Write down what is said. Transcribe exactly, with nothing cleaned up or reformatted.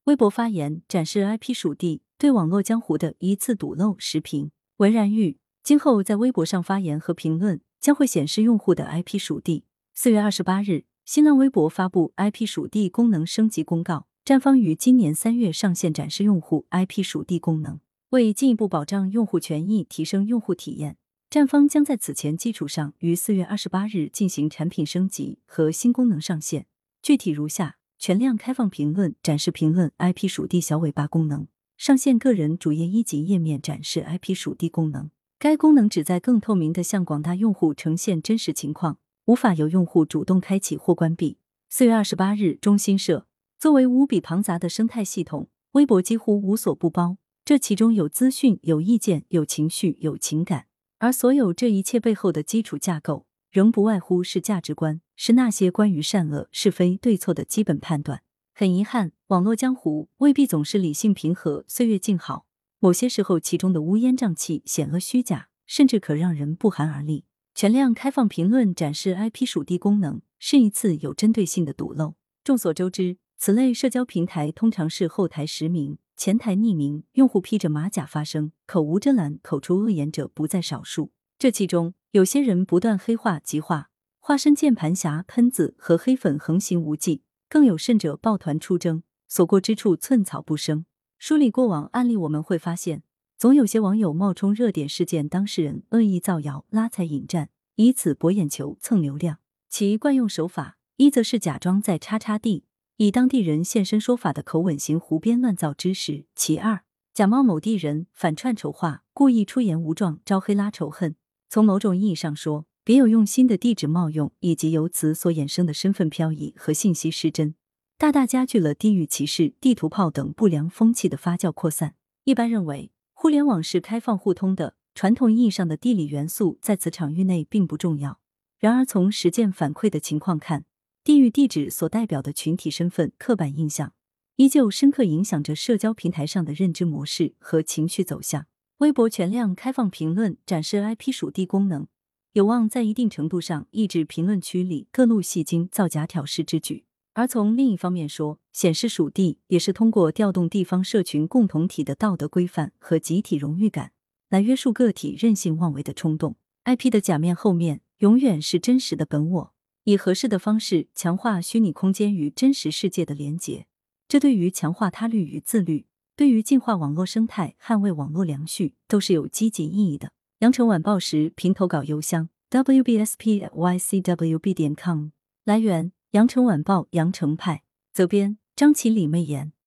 微博发言展示 I P 属地对网络江湖的一次堵漏时评。文然玉，今后在微博上发言和评论将会显示用户的 I P 属地。四月二十八日，新浪微博发布 I P 属地功能升级公告，站方于今年三月上线展示用户 I P 属地功能。为进一步保障用户权益，提升用户体验，站方将在此前基础上于四月二十八日进行产品升级和新功能上线。具体如下：全量开放评论展示评论 I P 属地小尾巴功能，上线个人主页一级页面展示 I P 属地功能。该功能旨在更透明地向广大用户呈现真实情况，无法由用户主动开启或关闭。四月二十八日，中新社，作为无比庞杂的生态系统，微博几乎无所不包，这其中有资讯、有意见、有情绪、有情感，而所有这一切背后的基础架构，仍不外乎是价值观，是那些关于善恶、是非对错的基本判断。很遗憾，网络江湖未必总是理性平和、岁月静好，某些时候其中的乌烟瘴气、险恶虚假，甚至可让人不寒而栗。全量开放评论展示 I P 属地功能是一次有针对性的堵漏。众所周知，此类社交平台通常是后台实名、前台匿名，用户披着马甲发声，口无遮拦、口出恶言者不在少数。这其中，有些人不断黑化、极化，化身键盘侠、喷子和黑粉横行无忌，更有甚者抱团出征，所过之处寸草不生。梳理过往案例，我们会发现，总有些网友冒充热点事件当事人，恶意造谣、拉踩引战，以此博眼球、蹭流量。其惯用手法，一则是假装在叉叉地，以当地人现身说法的口吻型胡编乱造知识；其二，假冒某地人，反串丑化，故意出言无状，招黑拉仇恨。从某种意义上说，别有用心的地址冒用，以及由此所衍生的身份漂移和信息失真，大大加剧了地域歧视、地图炮等不良风气的发酵扩散。一般认为，互联网是开放互通的，传统意义上的地理元素在此场域内并不重要。然而从实践反馈的情况看，地域地址所代表的群体身份、刻板印象，依旧深刻影响着社交平台上的认知模式和情绪走向。微博全量开放评论展示 I P 属地功能，有望在一定程度上抑制评论区里各路戏精造假挑事之举。而从另一方面说，显示属地也是通过调动地方社群共同体的道德规范和集体荣誉感，来约束个体任性妄为的冲动。I P 的假面后面永远是真实的本我，以合适的方式强化虚拟空间与真实世界的连结，这对于强化他律与自律，对于净化网络生态、捍卫网络良序都是有积极意义的。羊城晚报时评投稿邮箱 w b s p at y c w b 点 com。 来源：羊城晚报羊城派，责编：张起李媚妍。